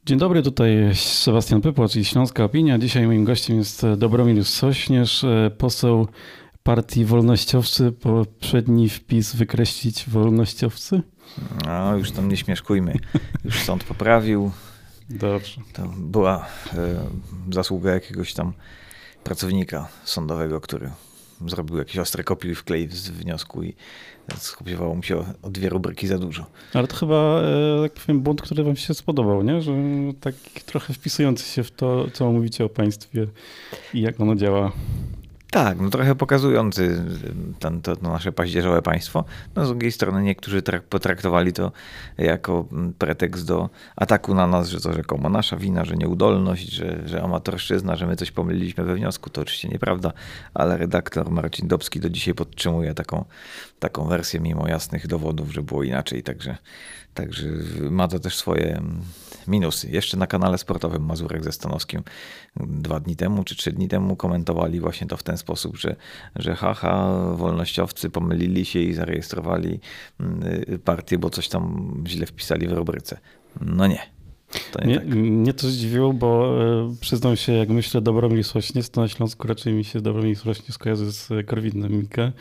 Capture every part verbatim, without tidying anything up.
Dzień dobry, tutaj Sebastian Pypłacz i Śląska Opinia. Dzisiaj moim gościem jest Dobromir Sośnierz, poseł partii Wolnościowcy. Poprzedni wpis wykreślić wolnościowcy? No, już tam nie śmieszkujmy. Już sąd poprawił. Dobrze. To była e, zasługa jakiegoś tam pracownika sądowego, który zrobił jakiś ostry kopiuj wklej z wniosku i skopiowało mu się o, o dwie rubryki za dużo. Ale to chyba, tak powiem, błąd, który wam się spodobał, nie? Że tak trochę wpisujący się w to, co mówicie o państwie i jak ono działa. Tak, no trochę pokazujący ten, to, to nasze paździerzowe państwo. No z drugiej strony niektórzy trak, potraktowali to jako pretekst do ataku na nas, że to rzekomo nasza wina, że nieudolność, że, że amatorszczyzna, że my coś pomyliliśmy we wniosku. To oczywiście nieprawda, ale redaktor Marcin Dobski do dzisiaj podtrzymuje taką, taką wersję mimo jasnych dowodów, że było inaczej. Także, także ma to też swoje minusy. Jeszcze na kanale sportowym Mazurek ze Stanowskim dwa dni temu czy trzy dni temu komentowali właśnie to w ten sposób, że, że haha, wolnościowcy pomylili się i zarejestrowali partię, bo coś tam źle wpisali w rubryce. No nie. To nie mnie, tak. mnie to zdziwiło, bo przyznam się, jak myślę Dobromir Sośnierz, to na Śląsku raczej mi się Dobromir Sośnierz kojarzy z Korwin-Mikke,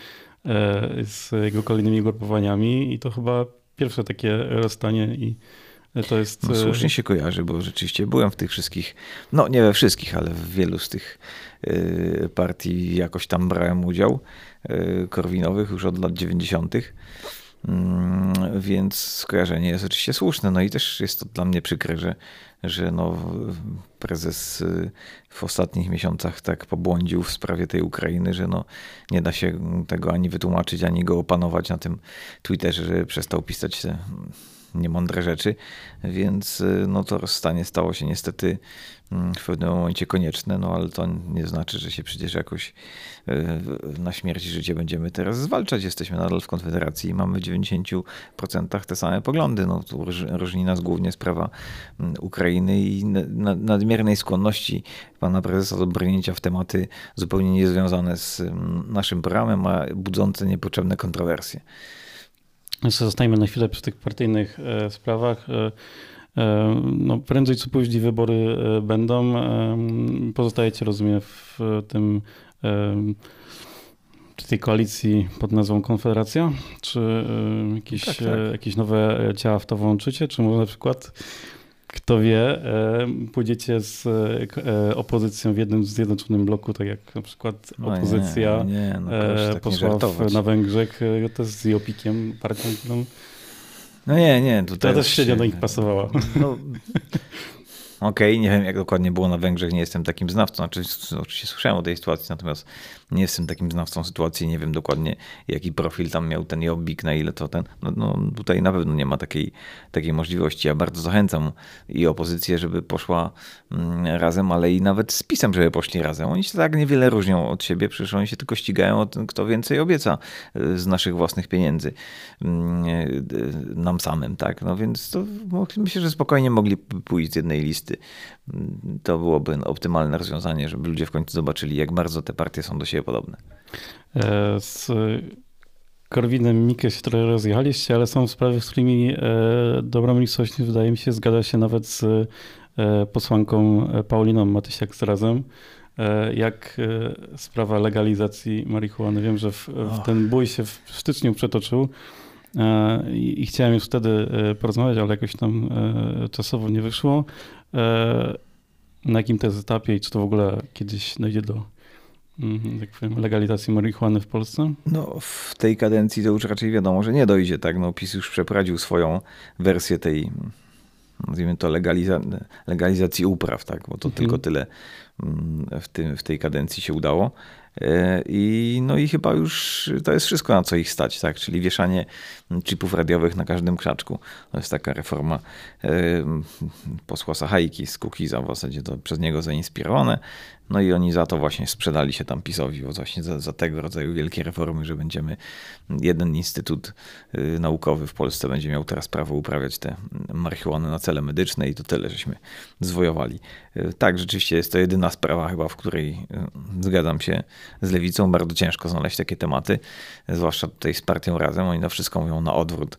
z jego kolejnymi grupowaniami i to chyba pierwsze takie rozstanie i to jest... No, słusznie się kojarzy, bo rzeczywiście byłem w tych wszystkich, no nie we wszystkich, ale w wielu z tych y, partii jakoś tam brałem udział, y, korwinowych już od lat dziewięćdziesiątych. Y, więc skojarzenie jest oczywiście słuszne. No i też jest to dla mnie przykre, że, że no, prezes w ostatnich miesiącach tak pobłądził w sprawie tej Ukrainy, że no, nie da się tego ani wytłumaczyć, ani go opanować na tym Twitterze, że przestał pisać te niemądre rzeczy, więc no to rozstanie stało się niestety w pewnym momencie konieczne, no ale to nie znaczy, że się przecież jakoś na śmierć i życie będziemy teraz zwalczać. Jesteśmy nadal w Konfederacji i mamy w dziewięćdziesięciu procentach te same poglądy. No tu różni nas głównie sprawa Ukrainy i nadmiernej skłonności pana prezesa do brnięcia w tematy zupełnie niezwiązane z naszym programem, a budzące niepotrzebne kontrowersje. Jeszcze zostajmy na chwilę przy tych partyjnych e, sprawach. E, e, no, prędzej czy później wybory e, będą. E, pozostajecie, rozumiem, w tym e, czy tej koalicji pod nazwą Konfederacja? Czy e, jakieś, tak, tak. E, jakieś nowe ciała w to włączycie? Czy może na przykład, kto wie, e, pójdziecie z e, opozycją w jednym zjednoczonym bloku, tak jak na przykład opozycja no nie, nie, no tak posłów na Węgrzech, to z Jopikiem, partią, którą no nie, nie, tutaj to też średnio do nich pasowała. No, Okej, okay, nie wiem jak dokładnie było na Węgrzech, nie jestem takim znawcą, znaczy, oczywiście słyszałem o tej sytuacji, natomiast nie jestem takim znawcą sytuacji, nie wiem dokładnie jaki profil tam miał ten Jobbik, na ile to ten, no, no tutaj na pewno nie ma takiej, takiej możliwości. Ja bardzo zachęcam i opozycję, żeby poszła razem, ale i nawet z PiS-em, żeby poszli razem. Oni się tak niewiele różnią od siebie, przecież oni się tylko ścigają o tym, kto więcej obieca z naszych własnych pieniędzy nam samym, tak, no więc to myślę, że spokojnie mogli pójść z jednej listy. To byłoby optymalne rozwiązanie, żeby ludzie w końcu zobaczyli, jak bardzo te partie są do siebie podobne. Z Korwinem-Mikke się trochę rozjechaliście, ale są sprawy, z którymi Dobromir Sośnierz, wydaje mi się, zgadza się nawet z posłanką Pauliną Matysiak z Razem. Jak sprawa legalizacji marihuany. Wiem, że w, w ten bój się w styczniu przetoczył i, i chciałem już wtedy porozmawiać, ale jakoś tam czasowo nie wyszło. Na jakim to jest etapie i czy to w ogóle kiedyś dojdzie do tak powiem, legalizacji marihuany w Polsce? No w tej kadencji to już raczej wiadomo, że nie dojdzie, tak? No PiS już przeprowadził swoją wersję tej, nazwijmy to legaliza- legalizacji upraw, tak? Bo to mhm. tylko tyle w, tym, w tej kadencji się udało. I, no i chyba już to jest wszystko, na co ich stać, tak? Czyli wieszanie chipów radiowych na każdym krzaczku. To jest taka reforma posła Sachajki z Kukiza, w zasadzie to przez niego zainspirowane. No i oni za to właśnie sprzedali się tam PiS-owi, bo właśnie za, za tego rodzaju wielkie reformy, że będziemy, jeden instytut naukowy w Polsce będzie miał teraz prawo uprawiać te marihuany na cele medyczne i to tyle, żeśmy zwojowali. Tak, rzeczywiście jest to jedyna sprawa chyba, w której zgadzam się z Lewicą. Bardzo ciężko znaleźć takie tematy, zwłaszcza tutaj z partią Razem. Oni na wszystko mówią na odwrót.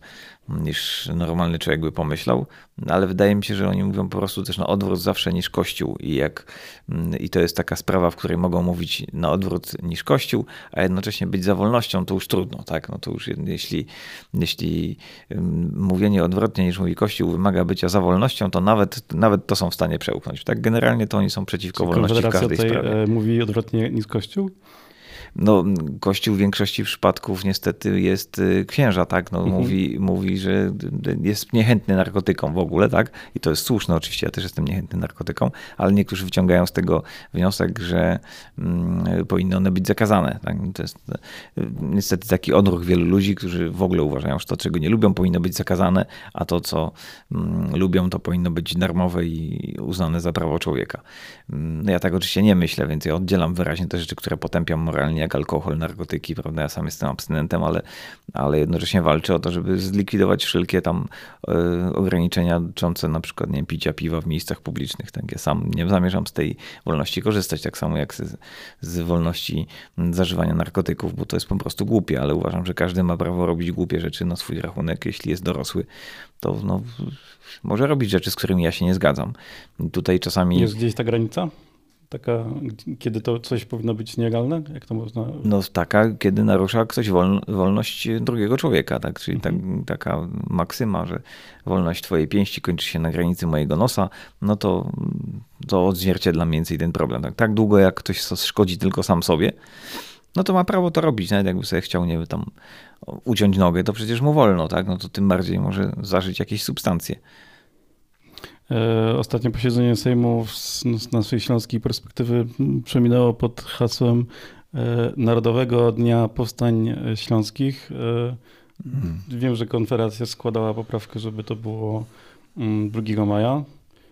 niż normalny człowiek by pomyślał, ale wydaje mi się, że oni mówią po prostu też na odwrót zawsze niż Kościół i, jak, i to jest taka sprawa, w której mogą mówić na odwrót niż Kościół, a jednocześnie być za wolnością, to już trudno, tak? No to już jeśli, jeśli mówienie odwrotnie niż mówi Kościół wymaga bycia za wolnością, to nawet, nawet to są w stanie przełknąć. Tak? Generalnie to oni są przeciwko Czy wolności w każdej tutaj sprawie. Mówi odwrotnie niż Kościół? No, Kościół w większości przypadków niestety jest księża, tak? No, mhm. mówi, mówi, że jest niechętny narkotykom w ogóle, tak? I to jest słuszne oczywiście, ja też jestem niechętny narkotykom, ale niektórzy wyciągają z tego wniosek, że mm, powinny one być zakazane. Tak? To jest niestety taki odruch wielu ludzi, którzy w ogóle uważają, że to, czego nie lubią, powinno być zakazane, a to, co mm, lubią, to powinno być darmowe i uznane za prawo człowieka. No, ja tak oczywiście nie myślę, więc ja oddzielam wyraźnie te rzeczy, które potępiam moralnie, jak alkohol, narkotyki, prawda? Ja sam jestem abstynentem, ale, ale jednocześnie walczę o to, żeby zlikwidować wszelkie tam y, ograniczenia dotyczące na przykład, nie wiem, picia piwa w miejscach publicznych. Tak? Ja sam nie zamierzam z tej wolności korzystać, tak samo jak z, z wolności zażywania narkotyków, bo to jest po prostu głupie, ale uważam, że każdy ma prawo robić głupie rzeczy na swój rachunek, jeśli jest dorosły, to no, może robić rzeczy, z którymi ja się nie zgadzam. I tutaj czasami... Jest gdzieś ta granica? Taka, kiedy to coś powinno być nielegalne? Jak to można... No taka, kiedy narusza ktoś wol, wolność drugiego człowieka, tak? Czyli Mhm. tak, taka maksyma, że wolność twojej pięści kończy się na granicy mojego nosa, no to, to odzwierciedla mniej więcej ten problem. Tak? Tak długo jak ktoś szkodzi tylko sam sobie, no to ma prawo to robić. Nawet jakby sobie chciał, nie wiem, tam uciąć nogę, to przecież mu wolno, tak? No to tym bardziej może zażyć jakieś substancje. Ostatnie posiedzenie Sejmu z naszej śląskiej perspektywy przeminęło pod hasłem Narodowego Dnia Powstań Śląskich. Hmm. Wiem, że Konfederacja składała poprawkę, żeby to było drugiego maja.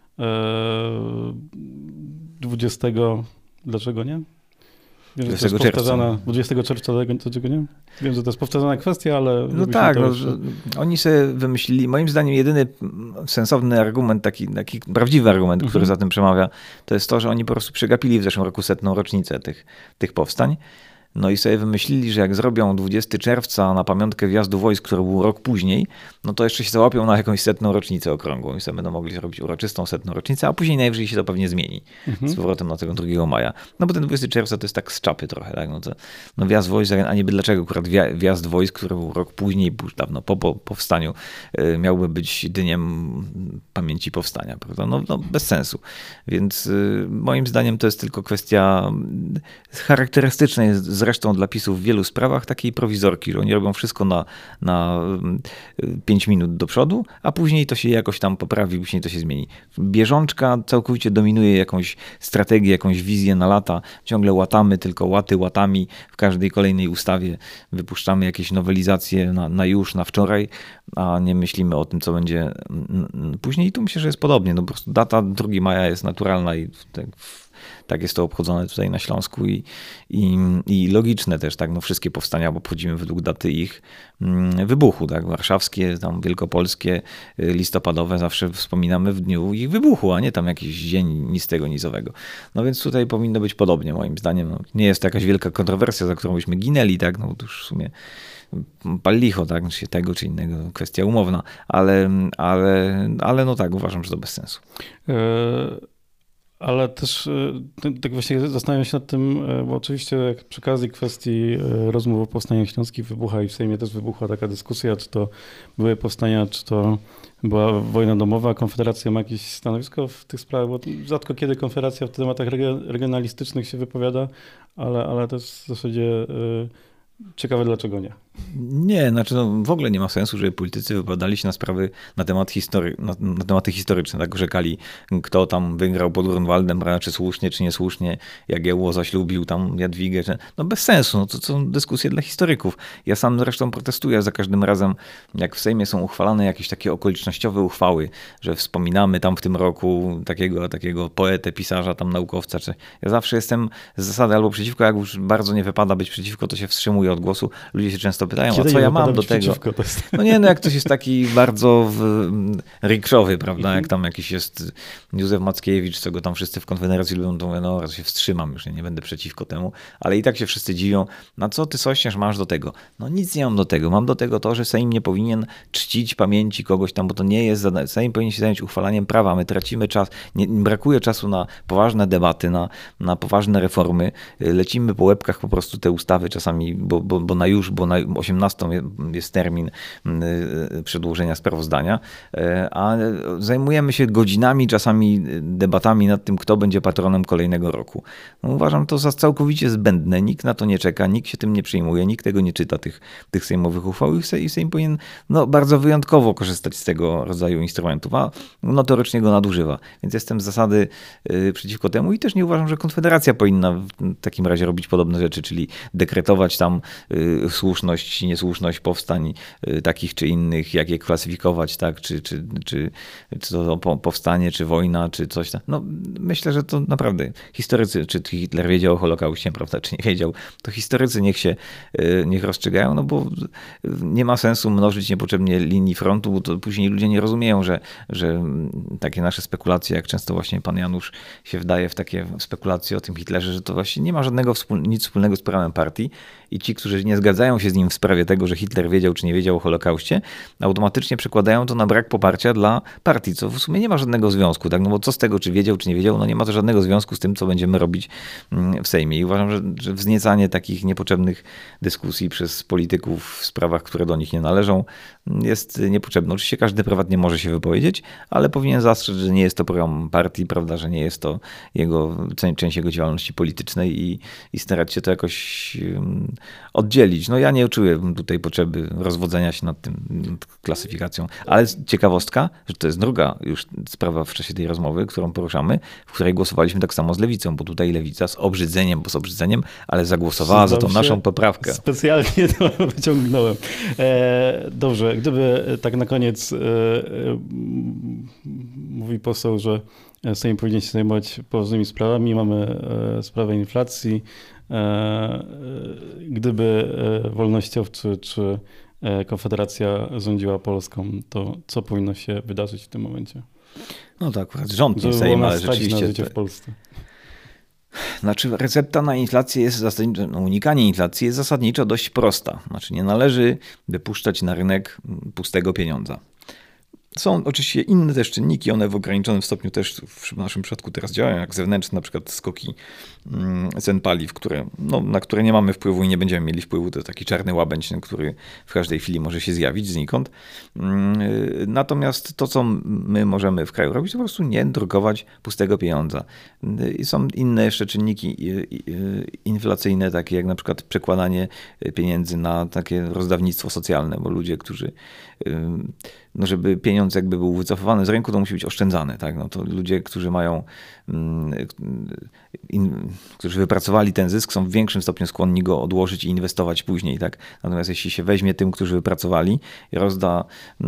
dwudziestego Dlaczego nie? Wiem, że to jest powtarzana, dwudziestego czerwca, dlaczego nie? Wiem, że to jest powtarzana kwestia, ale... No tak, no, że oni sobie wymyślili, moim zdaniem jedyny sensowny argument, taki, taki prawdziwy argument, mhm. który za tym przemawia, to jest to, że oni po prostu przegapili w zeszłym roku setną rocznicę tych, tych powstań. No i sobie wymyślili, że jak zrobią dwudziestego czerwca na pamiątkę wjazdu wojsk, który był rok później, no to jeszcze się załapią na jakąś setną rocznicę okrągłą i sobie będą mogli zrobić uroczystą setną rocznicę, a później najwyżej się to pewnie zmieni mhm. z powrotem na tego drugiego maja. No bo ten dwudziestego czerwca to jest tak z czapy trochę, tak? No, to, no wjazd wojsk, a niby dlaczego akurat wjazd wojsk, który był rok później, już dawno po, po powstaniu, yy, miałby być dniem pamięci powstania, prawda? No, no bez sensu. Więc yy, moim zdaniem to jest tylko kwestia charakterystyczna jest zresztą dla PiSu w wielu sprawach takiej prowizorki, że oni robią wszystko na, na pięć minut do przodu, a później to się jakoś tam poprawi, później to się zmieni. Bieżączka całkowicie dominuje jakąś strategię, jakąś wizję na lata. Ciągle łatamy, tylko łaty łatami. W każdej kolejnej ustawie wypuszczamy jakieś nowelizacje na, na już, na wczoraj, a nie myślimy o tym, co będzie później. I tu myślę, że jest podobnie. No po prostu data drugiego maja jest naturalna i tak Tak jest to obchodzone tutaj na Śląsku i, i, i logiczne też, tak, no wszystkie powstania obchodzimy według daty ich wybuchu, tak, warszawskie, tam wielkopolskie, listopadowe zawsze wspominamy w dniu ich wybuchu, a nie tam jakiś dzień nic tego, nizowego. No więc tutaj powinno być podobnie moim zdaniem. No, nie jest to jakaś wielka kontrowersja, za którą byśmy ginęli, tak, no to już w sumie pal licho, tak, czy tego, czy innego, kwestia umowna, ale, ale, ale no tak, uważam, że to bez sensu. Y- Ale też tak właśnie zastanawiam się nad tym, bo oczywiście jak przy każdej kwestii rozmów o powstaniu śląskim wybucha i w Sejmie też wybuchła taka dyskusja, czy to były powstania, czy to była wojna domowa. Konfederacja ma jakieś stanowisko w tych sprawach, bo rzadko kiedy Konfederacja w tematach regionalistycznych się wypowiada, ale, ale to jest w zasadzie ciekawe, dlaczego nie. Nie, znaczy no, w ogóle nie ma sensu, żeby politycy wypowiadali się na sprawy, na, temat history, na, na tematy historyczne, tak rzekali, kto tam wygrał pod Grunwaldem, czy słusznie, czy niesłusznie, Jagiełło zaślubił tam Jadwigę, czy... no bez sensu, no to, to są dyskusje dla historyków. Ja sam zresztą protestuję za każdym razem, jak w Sejmie są uchwalane jakieś takie okolicznościowe uchwały, że wspominamy tam w tym roku takiego, takiego poetę, pisarza, tam naukowca, czy... Ja zawsze jestem z zasady albo przeciwko, jak już bardzo nie wypada być przeciwko, to się wstrzymuję od głosu. Ludzie się często pytają, Kiedy a co ja wypada mam do być tego? przeciwko, to jest... No nie, no jak ktoś jest taki bardzo rikszowy, prawda, jak tam jakiś jest Józef Mackiewicz, co go tam wszyscy w Konfederacji lubią, to mówię, no raz się wstrzymam, już nie będę przeciwko temu, ale i tak się wszyscy dziwią, na co ty Sośnierz masz do tego? No nic nie mam do tego, mam do tego to, że Sejm nie powinien czcić pamięci kogoś tam, bo to nie jest zadanie. Sejm powinien się zająć uchwalaniem prawa, my tracimy czas, nie, brakuje czasu na poważne debaty, na, na poważne reformy, lecimy po łebkach po prostu te ustawy czasami, bo, bo, bo na już, bo na osiemnastą jest termin przedłożenia sprawozdania, a zajmujemy się godzinami, czasami debatami nad tym, kto będzie patronem kolejnego roku. No, uważam to za całkowicie zbędne, nikt na to nie czeka, nikt się tym nie przyjmuje, nikt tego nie czyta, tych, tych sejmowych uchwał i Sejm powinien no, bardzo wyjątkowo korzystać z tego rodzaju instrumentów, a notorycznie go nadużywa. Więc jestem z zasady y, przeciwko temu i też nie uważam, że Konfederacja powinna w takim razie robić podobne rzeczy, czyli dekretować tam y, słuszność, niesłuszność powstań y, takich czy innych, jak je klasyfikować, tak, czy, czy, czy, czy to powstanie, czy wojna, czy coś tam. No, myślę, że to naprawdę historycy, czy Hitler wiedział o Holokauście, prawda, czy nie wiedział, to historycy niech się, y, niech rozstrzygają, no bo nie ma sensu mnożyć niepotrzebnie linii frontu, bo to później ludzie nie rozumieją, że, że takie nasze spekulacje, jak często właśnie pan Janusz się wdaje w takie spekulacje o tym Hitlerze, że to właśnie nie ma żadnego wspól- nic wspólnego z prawem partii i ci, którzy nie zgadzają się z nim w sprawie tego, że Hitler wiedział czy nie wiedział o Holokauście, automatycznie przekładają to na brak poparcia dla partii, co w sumie nie ma żadnego związku, tak? No bo co z tego, czy wiedział, czy nie wiedział, no nie ma to żadnego związku z tym, co będziemy robić w Sejmie. I uważam, że, że wzniecanie takich niepotrzebnych dyskusji przez polityków w sprawach, które do nich nie należą, jest niepotrzebne. Oczywiście każdy prywatnie może się wypowiedzieć, ale powinien zastrzec, że nie jest to program partii, prawda, że nie jest to jego, część jego działalności politycznej i, i starać się to jakoś oddzielić. No ja nie czuję tutaj potrzeby rozwodzenia się nad tym nad klasyfikacją, ale ciekawostka, że to jest druga już sprawa w czasie tej rozmowy, którą poruszamy, w której głosowaliśmy tak samo z Lewicą, bo tutaj Lewica z obrzydzeniem, bo z obrzydzeniem, ale zagłosowała za tą naszą poprawkę. Specjalnie to wyciągnąłem. E, dobrze, gdyby tak na koniec e, e, mówi poseł, że Sejm powinien się zajmować poważnymi sprawami, mamy e, sprawę inflacji. E, gdyby wolnościowcy czy Konfederacja rządziła Polską, to co powinno się wydarzyć w tym momencie? No tak, akurat rząd nie Sejm, ale rzeczywiście... Na życie w Polsce. Znaczy recepta na inflację jest zasadniczo, no unikanie inflacji jest zasadniczo dość prosta. Znaczy nie należy wypuszczać na rynek pustego pieniądza. Są oczywiście inne też czynniki, one w ograniczonym stopniu też w naszym przypadku teraz działają, jak zewnętrzne, na przykład skoki cen paliw, które, no, na które nie mamy wpływu i nie będziemy mieli wpływu. To taki czarny łabędź, który w każdej chwili może się zjawić znikąd. Natomiast to, co my możemy w kraju robić, to po prostu nie drukować pustego pieniądza. I są inne jeszcze czynniki inflacyjne, takie jak na przykład przekładanie pieniędzy na takie rozdawnictwo socjalne, bo ludzie, którzy no żeby pieniądz jakby był wycofywany z rynku, to musi być oszczędzany. Tak? No to ludzie, którzy mają, in, którzy wypracowali ten zysk, są w większym stopniu skłonni go odłożyć i inwestować później. Tak? Natomiast jeśli się weźmie tym, którzy wypracowali i rozda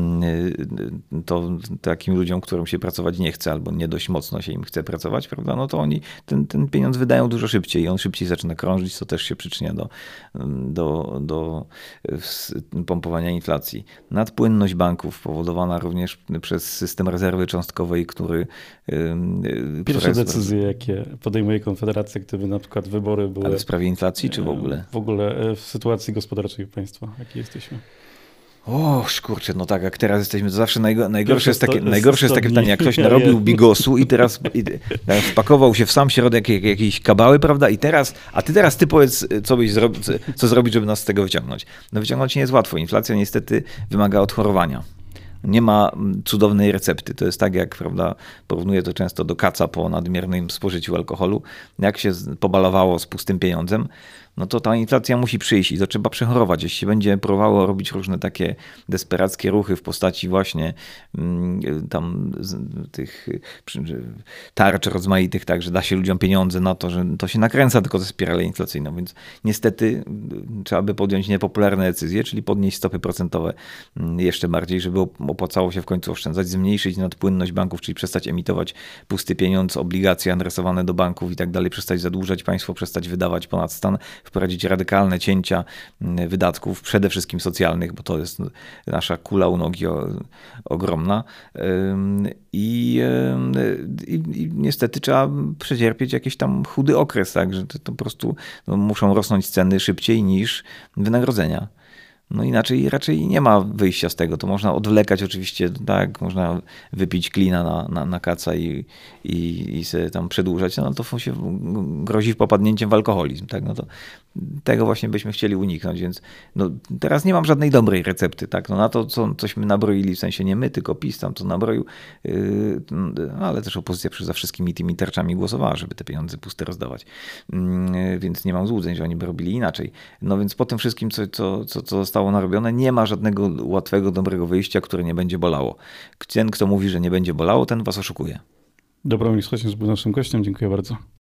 to takim ludziom, którym się pracować nie chce albo nie dość mocno się im chce pracować, prawda? No to oni ten, ten pieniądz wydają dużo szybciej i on szybciej zaczyna krążyć, co też się przyczynia do, do, do pompowania inflacji. Nadpłynność banków powodowana również przez system rezerwy cząstkowej, który... Pierwsze jest... decyzje, jakie podejmuje Konfederacja, gdyby na przykład wybory były... Ale w sprawie inflacji, czy w ogóle? W ogóle w sytuacji gospodarczej państwa, jakiej jesteśmy. O, kurczę, no tak, jak teraz jesteśmy, to zawsze najgo, najgorsze, jest takie, najgorsze jest takie pytanie, jak ktoś narobił bigosu i teraz i, wpakował się w sam środek jak, jakiejś kabały, prawda, i teraz, a ty teraz ty powiedz, co byś zrobił, co, co zrobić, żeby nas z tego wyciągnąć. No wyciągnąć nie jest łatwo, inflacja niestety wymaga odchorowania. Nie ma cudownej recepty. To jest tak, jak, prawda, porównuję to często do kaca po nadmiernym spożyciu alkoholu. Jak się pobalowało z pustym pieniądzem, no to ta inflacja musi przyjść i to trzeba przechorować. Jeśli będzie próbowało robić różne takie desperackie ruchy w postaci właśnie tam tych tarcz rozmaitych, tak, że da się ludziom pieniądze na to, że to się nakręca tylko ze spiralę inflacyjną. Więc niestety trzeba by podjąć niepopularne decyzje, czyli podnieść stopy procentowe jeszcze bardziej, żeby Polakom opłacało się w końcu oszczędzać, zmniejszyć nadpłynność banków, czyli przestać emitować pusty pieniądz, obligacje adresowane do banków i tak dalej, przestać zadłużać państwo, przestać wydawać ponad stan, wprowadzić radykalne cięcia wydatków, przede wszystkim socjalnych, bo to jest nasza kula u nogi ogromna. I, i, i niestety trzeba przecierpieć jakiś tam chudy okres, tak, że to, to po prostu no, muszą rosnąć ceny szybciej niż wynagrodzenia. No inaczej raczej nie ma wyjścia z tego. To można odwlekać oczywiście, tak, można wypić klina na, na, na kaca i, i, i sobie tam przedłużać, no to się grozi popadnięciem w alkoholizm, tak, no to tego właśnie byśmy chcieli uniknąć, więc no, teraz nie mam żadnej dobrej recepty, tak, no na to, co, cośmy nabroili, w sensie nie my, tylko PiS tam to nabroił, yy, ale też opozycja za wszystkimi tymi tarczami głosowała, żeby te pieniądze puste rozdawać, yy, więc nie mam złudzeń, że oni by robili inaczej. No więc po tym wszystkim, co, co, co, co zostało narobione, nie ma żadnego łatwego, dobrego wyjścia, które nie będzie bolało. Ten, kto mówi, że nie będzie bolało, ten was oszukuje. Dobromir Sośnierz był naszym gościem, dziękuję bardzo.